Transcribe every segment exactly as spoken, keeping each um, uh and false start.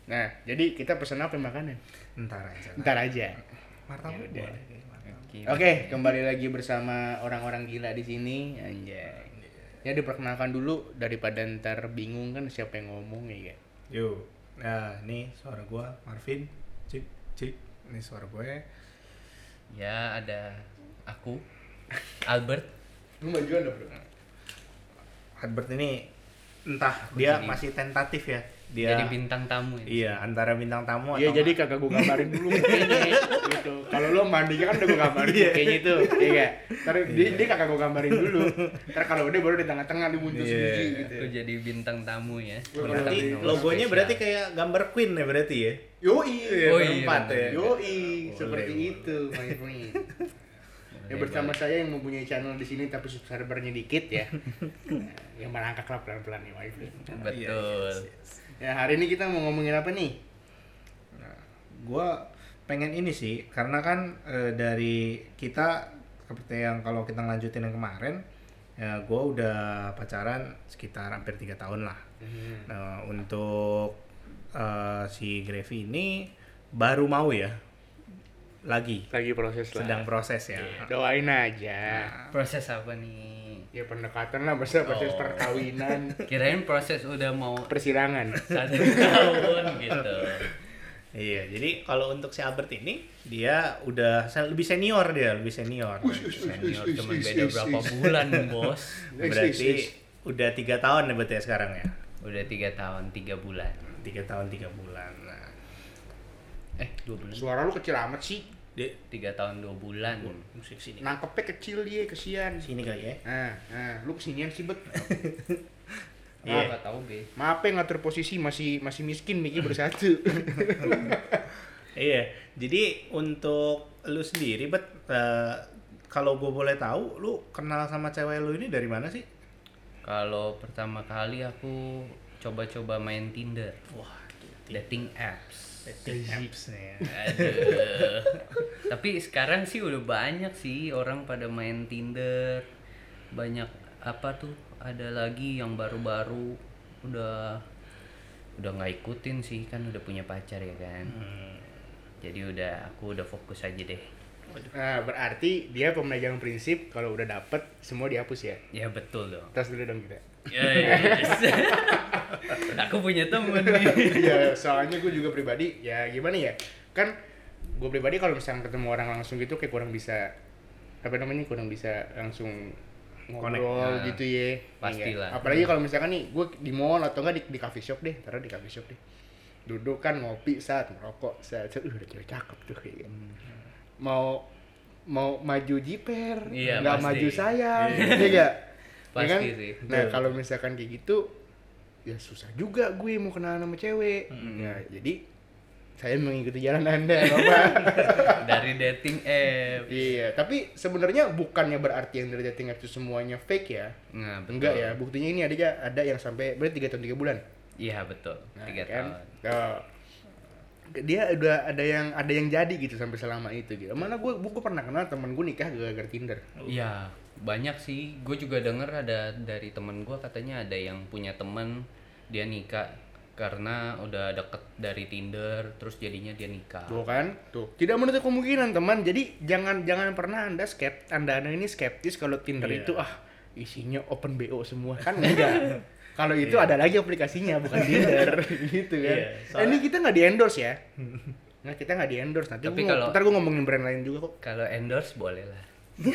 Nah, jadi kita pesen apa makanan? Ntar aja. Ntar aja. Martabak Ya udah. boleh. Oke, okay, kembali lagi bersama orang-orang gila di sini, anjay. Ya diperkenalkan dulu daripada ntar bingung kan siapa yang ngomong ya. Yuk. Nah, ini suara gua Marvin. Cik, cik. Ini suara gue. Ya, ada aku Albert. Lu majuan dong, Bro. Albert ini entah aku dia jadi, masih tentatif ya. Dia jadi bintang tamu ya. Iya, antara bintang tamu iya, atau jadi kagak gua gambarin dulu kayaknya gitu. Kalau lo mandinya kan udah gua gambarin Iya. kayaknya itu. Iya enggak? Entar dia, dia kagak gua gambarin dulu. Entar kalau udah baru di tengah-tengah dimuncul Iya. sendiri gitu. Aku jadi bintang tamu ya. berarti Bintang logonya spesial. berarti kayak gambar Queen ya berarti ya. Yoi. Oh, iya, berempat ya. Yoi, Boleh, seperti boleh. itu, my friend. Ya Boleh, bersama boleh. saya yang mempunyai channel di sini tapi subscribernya dikit ya. Nah, yang merangkak lah pelan-pelan ya, my friend. Betul. Iya, yes, yes. Ya hari ini kita mau ngomongin apa nih? Nah, gua pengen ini sih karena kan e, dari kita seperti yang kalau kita lanjutin yang kemarin ya gua udah pacaran sekitar hampir tiga tahun lah. Hmm. Nah, untuk e, si Grevi ini baru mau ya lagi Lagi proses lah. sedang proses ya. Ya, doain aja. Proses apa nih? Ya pendekatan lah, masa proses Oh. perkawinan, Kirain proses udah mau persidangan. satu tahun gitu. Iya, jadi kalau untuk si Albert ini dia udah se- lebih senior dia, lebih senior. Senior cuma beda berapa bulan, Bos. Berarti udah tiga tahun ya berarti ya sekarang ya. Udah tiga tahun, tiga bulan. Tiga tahun tiga bulan. Nah, Eh, dua bulan. Suara lu kecil amat sih. dia Tiga tahun, dua bulan. musik sini. Nangkepnya kecil dia, kesian. Sini kali ya. Nah, nah, lu kesinian sih, Bet. Iya. Nggak tahu, Be. Maaf ya ngatur posisi, masih masih miskin Miki bersatu. Iya. Jadi untuk lu sendiri, Bet, eh, kalau gue boleh tahu, lu kenal sama cewek lu ini dari mana sih? Kalau pertama kali aku coba-coba main Tinder, Wah, dating apps. dating apps nih ya. Aduh. Tapi sekarang sih udah banyak sih orang pada main Tinder. Banyak apa tuh? Ada lagi yang baru-baru udah udah nggak ikutin sih, kan udah punya pacar ya kan. Hmm. Jadi udah aku udah fokus aja deh. Nah, berarti dia pemegang prinsip kalau udah dapet semua dihapus ya. Ya betul dong. Tas dulu dong kita. Ya, yes. Aku punya temen nih. Iya, soalnya gue juga pribadi ya gimana ya? Kan gue pribadi kalau misalnya ketemu orang langsung gitu kayak kurang bisa apa namanya kurang bisa langsung ngobrol Connect, gitu ya. pastilah. Iya. Apalagi kalau misalkan nih gue di mall atau enggak di, di coffee shop deh, taruh di coffee shop deh. Duduk kan ngopi saat merokok saat uh, udah cewek cakep tuh kayak gitu. Mau mau maju jiper, Iya, nggak pasti. maju sayang, iya nggak? Pasti Ya kan? sih. Nah Betul. kalau misalkan kayak gitu, ya susah juga gue mau kenalan sama cewek. Hmm. Nah jadi saya mengikuti jalan anda, Bapak. Dari dating app. Iya, tapi sebenarnya bukannya berarti yang dari dating apps itu semuanya fake ya? Nah, betul. Enggak ya, buktinya ini ada ada yang sampai berarti tiga tahun tiga bulan. Iya betul. Nah, Tiga kan? tahun. Oh. Dia udah ada yang ada yang jadi gitu sampai selama itu gitu. Mana gue gue pernah kenal temen gue nikah gara-gara Tinder. Iya, banyak sih. Gue juga denger ada dari temen gue katanya ada yang punya temen dia nikah karena udah deket dari Tinder, terus jadinya dia nikah. Tuh kan? Tuh. Tidak menutup kemungkinan, teman. Jadi jangan jangan pernah Anda skept Anda, anda ini skeptis kalau Tinder Iya. itu ah isinya open B O semua. Kan enggak. Kalau itu Iya. ada lagi aplikasinya bukan Tinder gitu kan. Iya, Eh, soalnya- ini kita nggak di-endorse ya. Nah, kita nggak di-endorse nanti. Tapi Tapi kalau- ntar gue ngomongin brand lain juga kok. Kalau endorse boleh lah.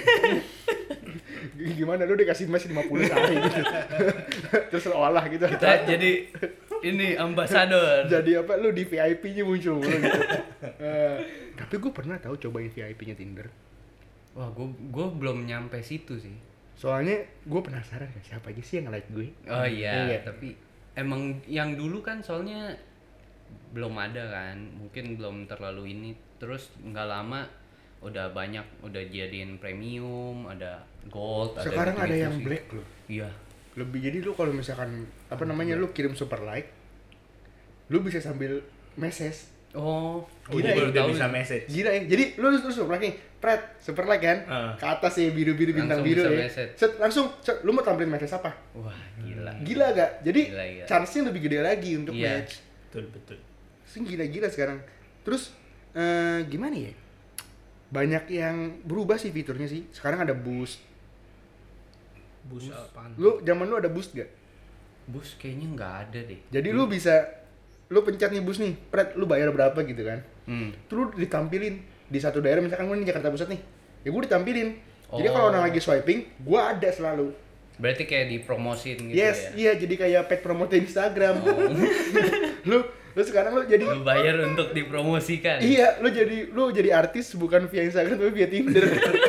Gimana lu dikasih masih lima puluh sehari gitu. Terus lu olah gitu. Kita jadi ini ambasador. Jadi apa lu di V I P-nya muncul mulu gitu. Eh, tapi gue pernah tahu cobain V I P-nya Tinder. Wah, gue gue belum nyampe situ sih. Soalnya gue penasaran kan siapa aja sih yang like gue. Oh iya, Iya. tapi emang yang dulu kan soalnya belum ada kan, mungkin belum terlalu ini. Terus nggak lama udah banyak, udah jadiin premium, ada gold, Sekarang ada gitu-gitu yang sih. black loh. Iya. Lebih jadi lu kalau misalkan apa namanya lu kirim super like, lu bisa sambil message. Oh, Oh, Gila dia ya, udah tahu bisa nih. message. Gila ya. Jadi lu lu super like nih, pret, super like kan? Ah. Ke atas ya biru-biru bintang Langsung biru bisa ya. message. Set, langsung set, lu mau tampilin message apa? Wah, gila. Gila gak? Jadi Gila, gila. chance-nya lebih gede lagi untuk Iya. match. Betul, betul. Sing gila-gila sekarang. Terus eh, gimana ya? Banyak yang berubah sih fiturnya sih. Sekarang ada boost. Bus apaan? Lu zaman lu ada boost gak? Bus kayaknya nggak ada deh. Jadi lu bisa lu pencet nih boost nih, pret lu bayar berapa gitu kan. Hmm. Terus ditampilin di satu daerah, misalkan gue di Jakarta Pusat nih. Ya gue ditampilin. Jadi kalau Oh. orang lagi swiping, gue ada selalu. Berarti kayak dipromosin gitu Yes, ya. iya jadi kayak paid promote Instagram. lu lu sekarang lu jadi Lu bayar untuk dipromosikan. iya, lu jadi lu jadi artis bukan via Instagram tapi via Tinder.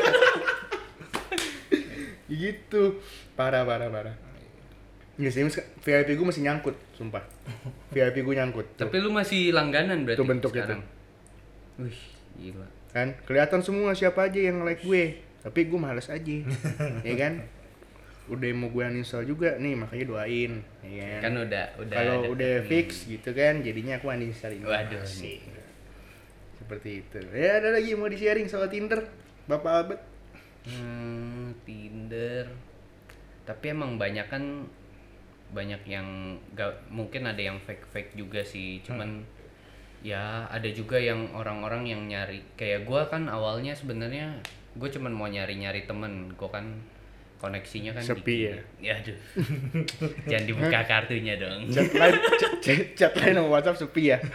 Gitu. Parah parah parah. Iya sih, V I P gue masih nyangkut, sumpah. V I P gue nyangkut. Tuh. Tapi lu masih langganan berarti Tuh bentuknya sekarang. Wih, gila. Kan kelihatan semua siapa aja yang like gue, tapi gue males aja. Ya kan? Udah mau gue uninstall juga nih, makanya doain, ya kan? Kan udah udah Kalau ada- udah hmm. fix gitu kan, jadinya aku uninstall ini. Waduh, Asik. Seperti itu. Ya ada lagi mau di-sharing soal Tinder, Bapak Albert? Hmm, Tinder. Tapi emang banyak kan banyak yang gak, mungkin ada yang fake-fake juga sih. Cuman ya ada juga yang orang-orang yang nyari. Kayak gua kan awalnya sebenarnya gue cuman mau nyari-nyari temen. Gua kan koneksinya kan Sepi dikit. Ya aduh. Jangan dibuka kartunya dong. Chat lain, chat, chat, chat lain sama WhatsApp sepi ya.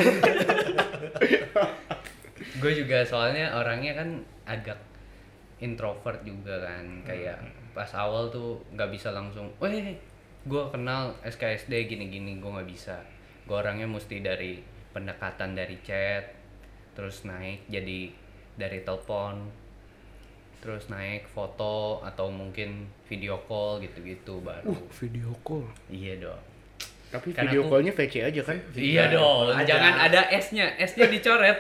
Gue juga soalnya orangnya kan agak introvert juga kan, kayak pas awal tuh nggak bisa langsung, weh gue kenal S K S D gini-gini, gue nggak bisa. Gue orangnya mesti dari pendekatan dari chat, terus naik jadi dari telepon, terus naik foto atau mungkin video call gitu-gitu baru. Uh, video call. Iya dong. Tapi Karena video aku- callnya V C aja kan? Iya dong, aja. jangan ada S-nya, S-nya dicoret.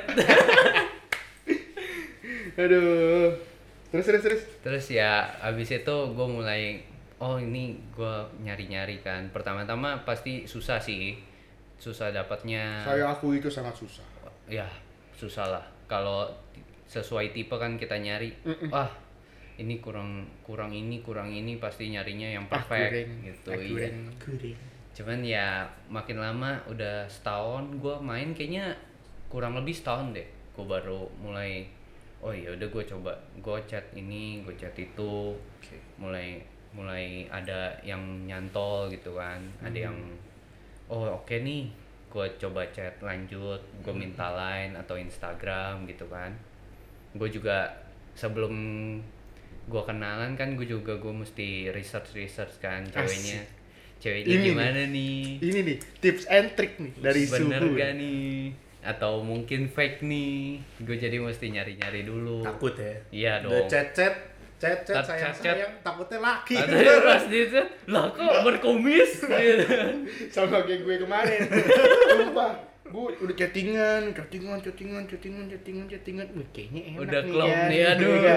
Aduh. Terus terus terus. Terus ya abis itu gue mulai, oh ini gue nyari-nyari kan. Pertama-tama pasti susah sih, susah dapatnya. Saya aku itu sangat susah. Ya susah lah. Kalau t- sesuai tipe kan kita nyari, wah ini kurang kurang ini kurang ini pasti nyarinya yang perfect Akuring, gitu. akuring. Iya. Kuring. Cuman ya makin lama udah setahun gue main kayaknya kurang lebih setahun deh. Gue baru mulai, oh ya udah gue coba, gue chat ini, gue chat itu, mulai mulai ada yang nyantol gitu kan, ada yang oh oke nih, gue coba chat lanjut, gue minta line atau Instagram gitu kan. Gue juga sebelum gue kenalan kan gue juga gue mesti research research kan ceweknya, ceweknya Ini gimana nih, Ini nih tips and trick nih dari bener suhu. gak nih, atau mungkin fake nih, gue jadi mesti nyari-nyari dulu. Takut ya. Iya Udah dong. chat-chat, chat-chat Chat- sayang chat-chat. sayang, takutnya laki. Ada pas di chat, lah kok berkumis gitu. Sama kayak gue kemarin. Sumpah, gue udah chattingan, chattingan, chattingan, chattingan, chattingan, chattingan. Wih, kayaknya enak Udah nih klop ya. nih, aduh. Iya,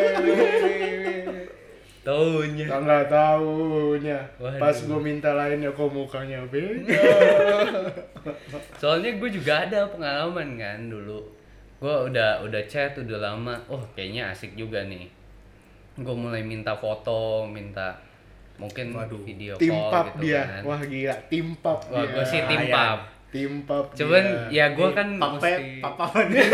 Taunya. Nggak tahunya. Waduh. Pas gue minta lainnya kok mukanya beda. Soalnya gue juga ada pengalaman kan dulu. Gue udah udah chat udah lama. Oh, kayaknya asik juga nih. Gue mulai minta foto, minta mungkin Waduh. video Tim call pap gitu dia. kan. Wah gila, tim pap Wah, dia. gue sih tim Lumayan. pap. Tim pap. Cuman dia. ya gue kan Papa, mesti. papa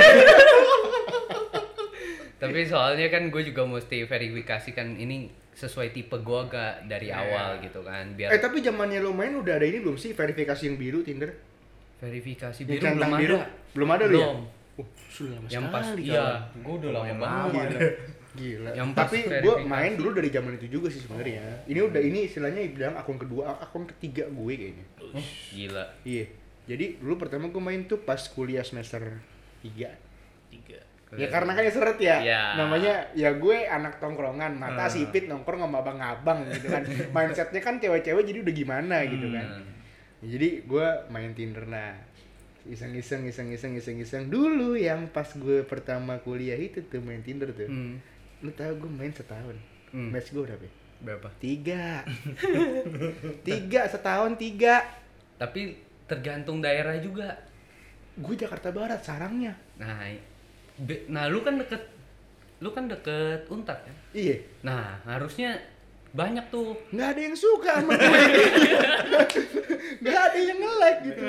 Tapi soalnya kan gue juga mesti verifikasi kan ini sesuai tipe gue gak dari Yeah. awal gitu kan. Biar Eh tapi zamannya lo main udah ada ini belum sih verifikasi yang biru Tinder? verifikasi Yang biru centang belum biru. ada. Belum ada lu ya? Belum. Oh, sudah lama Yang pas sekali. iya, kawan. gue udah lama Lumayan banget. lama. Gila. Gila. Yang pas Tapi gue verifikasi. main dulu dari zaman itu juga sih sebenarnya. Ini udah ini istilahnya bilang akun kedua, akun ketiga gue kayaknya. Oh, gila. Iya. Jadi dulu pertama gue main tuh pas kuliah semester tiga. tiga. Ya karena kan ya seret ya. Iya. Namanya ya gue anak tongkrongan, mata Hmm. sipit nongkrong sama abang-abang gitu kan. Mindsetnya kan cewek-cewek jadi udah gimana gitu kan. Hmm. Ya, jadi gue main Tinder nah. Iseng-iseng iseng-iseng iseng-iseng dulu yang pas gue pertama kuliah itu tuh main Tinder tuh. Hmm. Lu tahu gue main setahun. Hmm. Match gue berapa? ya? Berapa? Tiga. Tiga setahun tiga. Tapi tergantung daerah juga. Gue Jakarta Barat sarangnya. Nah, i- be- nah lu kan deket lu kan deket Untar kan? Iya. Nah, harusnya Banyak tuh. Nggak ada yang suka sama gue. Nggak ada yang nge-like gitu.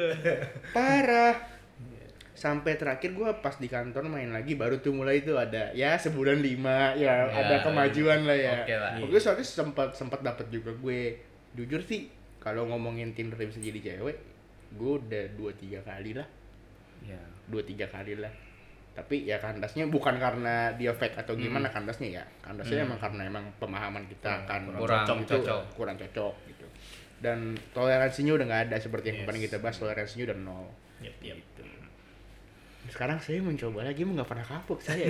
Parah. Sampai terakhir gue pas di kantor main lagi baru tuh mulai tuh ada ya sebulan lima ya, Ya, ada kemajuan lah ya. oke lah. Gue soalnya sempat sempat dapat juga gue. Jujur sih kalau ngomongin Tinder bisa jadi cewek, gue udah dua tiga kali lah. Ya. dua tiga kali lah. Tapi ya kandasnya bukan karena dia fake atau gimana hmm. kandasnya ya. Kandasnya hmm. emang karena emang pemahaman kita akan kurang cocok, cocok. Itu, kurang cocok gitu. Dan toleransinya udah nggak ada seperti yang yes. kemarin kita bahas, toleransinya udah nol. Yep, yep. Gitu. Sekarang saya mencoba lagi, mau nggak pernah kapok saya.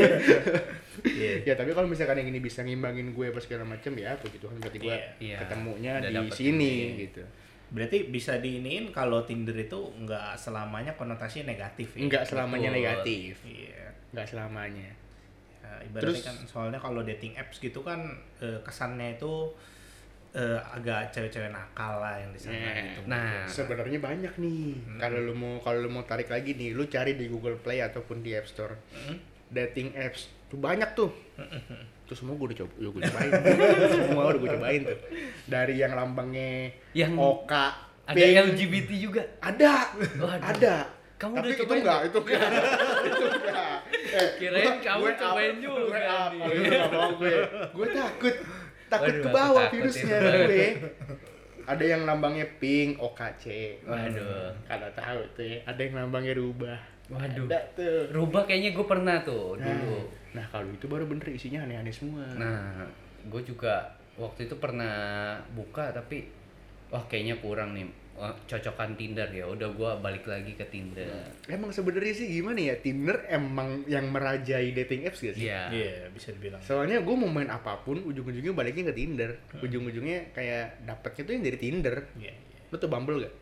yeah. Ya tapi kalau misalkan yang ini bisa ngimbangin gue apa segala macam ya puji Tuhan berarti gue yeah. ketemunya Udah di sini ini. gitu. Berarti bisa diiniin kalau Tinder itu nggak selamanya konotasinya negatif ya? Nggak selamanya Betul. negatif. Iya. Nggak selamanya. Ya, ibaratnya Terus- kan soalnya kalau dating apps gitu kan eh, kesannya itu eh, agak cewek-cewek nakal lah yang di sana Nah, gitu. nah. Sebenarnya banyak nih. Hmm. Kalau lu mau kalau lu mau tarik lagi nih, lu cari di Google Play ataupun di App Store. Hmm? Dating apps tuh banyak tuh. Tuh semua gue udah coba, gue cobain. Semua udah gue cobain tuh. Dari yang lambangnya Yang Oka, ada pink. L G B T juga. Ada. Waduh. Ada. Kamu Tapi udah itu cobain enggak, nggak? itu enggak. Itu enggak. Eh, Kirain gua- kamu gue cobain up- juga Gue up, nih. kalau itu enggak mau gue. Gue takut. Takut Waduh, ke aku bawah takut virusnya itu. gue. Ada yang lambangnya pink, O K C. Waduh. Kalau tahu tuh ya. Ada yang lambangnya rubah. Waduh. Ada tuh. Rubah kayaknya gue pernah tuh Nah, dulu. nah kalau itu baru bener isinya aneh-aneh semua. Nah, gue juga waktu itu pernah buka tapi wah kayaknya kurang nih. Wah, cocokan Tinder ya. Udah gue balik lagi ke Tinder. Emang sebenarnya sih gimana ya, Tinder emang yang merajai dating apps gak sih? Iya. Iya, bisa dibilang. Soalnya gue mau main apapun, ujung-ujungnya baliknya ke Tinder. Ujung-ujungnya kayak dapetnya tuh yang dari Tinder. Iya, iya. Lo tuh Bumble gak?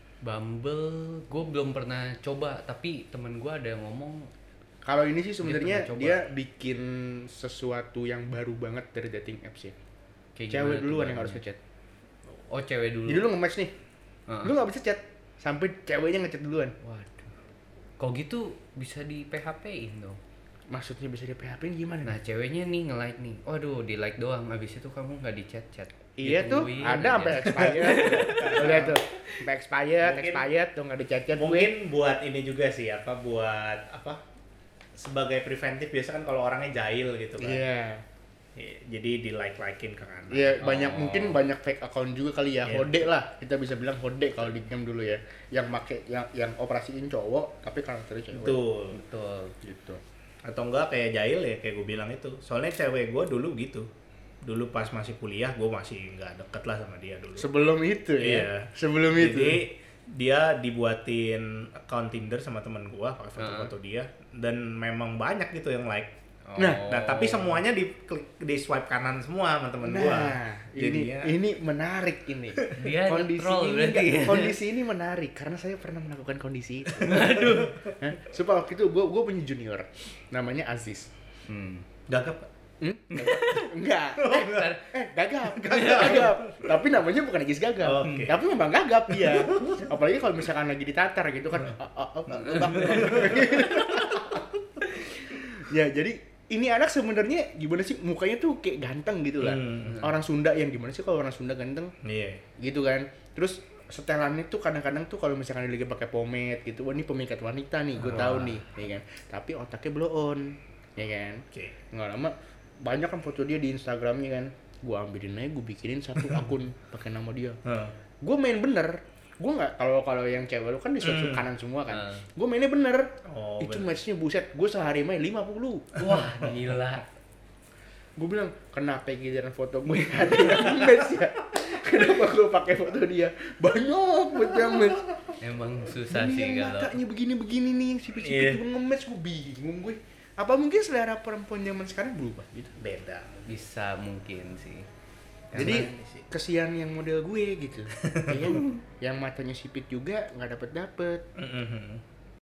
Bumble gue belum pernah coba tapi temen gue ada yang ngomong Kalau ini sih sebenarnya pernah coba. dia bikin sesuatu yang baru banget dari dating apps ya. kayak Cewek gimana tuh duluan yang barunya. harus ngechat. Oh cewek dulu. Jadi lu nge-match nih, Heeh. lu gak bisa chat sampai ceweknya ngechat duluan. Waduh. Kok gitu bisa di P H P-in dong. Maksudnya bisa di P H P-in gimana? Nah ceweknya nih nge-like nih. Waduh di like doang. Abis itu kamu nggak di chat-chat. Iya tuh, Ditungguin ada aja. sampai expired. Tuh lihat tuh, sampai expired, Mungkin- expired tuh nggak di-chat-chat gue. Mungkin buat ini juga sih apa buat apa sebagai preventif biasa kan kalau orangnya jahil gitu kan. Iya. Iya, jadi di like likein ke kanan. Iya, banyak Oh. mungkin banyak fake account juga kali ya. Iya. Hode lah, kita bisa bilang hode kalau di game dulu ya. Yang make yang yang operasiin cowok tapi karakternya cewek. Betul. Betul. Gitu. Atau enggak kayak jahil ya kayak gue bilang itu. Soalnya cewek gue dulu gitu. Dulu pas masih kuliah gue masih nggak deket lah sama dia dulu. Sebelum itu Iya. ya. Sebelum itu. Jadi dia dibuatin account Tinder sama temen gue pakai foto-foto dia dan memang banyak gitu yang like. Oh. Nah, Nah tapi semuanya di klik di swipe kanan semua sama temen gue. Nah, ini Jadinya ini menarik ini. Dia kondisi nge-troll ini berarti enggak- ya? kondisi ini menarik karena saya pernah melakukan kondisi itu. Aduh. Supaya waktu itu gue gue punya junior namanya Aziz. Hmm. gagap. Pak. Hmm? Enggak. Eh, eh gagap. Gagap. Tapi namanya bukan Aziz gagap. Oke. Tapi memang gagap dia. Apalagi kalau misalkan lagi ditatar gitu kan. Ah, ah, ah, ah, ya, jadi ini anak sebenarnya gimana sih mukanya tuh kayak ganteng gitu lah. Hmm. Orang Sunda yang gimana sih kalau orang Sunda ganteng? Iya. Gitu kan. Terus setelannya tuh kadang-kadang tuh kalau misalkan dia lagi pakai pomade gitu, wah ini pemikat wanita nih, gue tahu nih, ya kan. Tapi otaknya blow on, ya kan. Oke. Nggak lama banyak kan foto dia di Instagramnya kan. Gue ambilin aja, gue bikinin satu akun pakai nama dia. Huh. Gue main bener. Gue nggak kalau kalau yang cewek lu kan di swipe Hmm. kanan semua kan. Hmm. Gue mainnya bener. Oh, Itu bener. matchnya buset. Gue sehari main lima puluh. Wah gila. Gue bilang kenapa giliran foto gue ada yang match ya? Kenapa gue pakai foto dia? Banyak banget yang match. Emang susah Ini sih yang kalau. matanya begini-begini nih yang sipit-sipit Iya. juga nge-match, gue bingung gue. Apa mungkin selera perempuan zaman sekarang berubah gitu? Beda. Bisa mungkin sih. Jadi Karena ini sih. kesian yang model gue gitu. Iya, yang matanya sipit juga nggak dapet dapet. Mhm.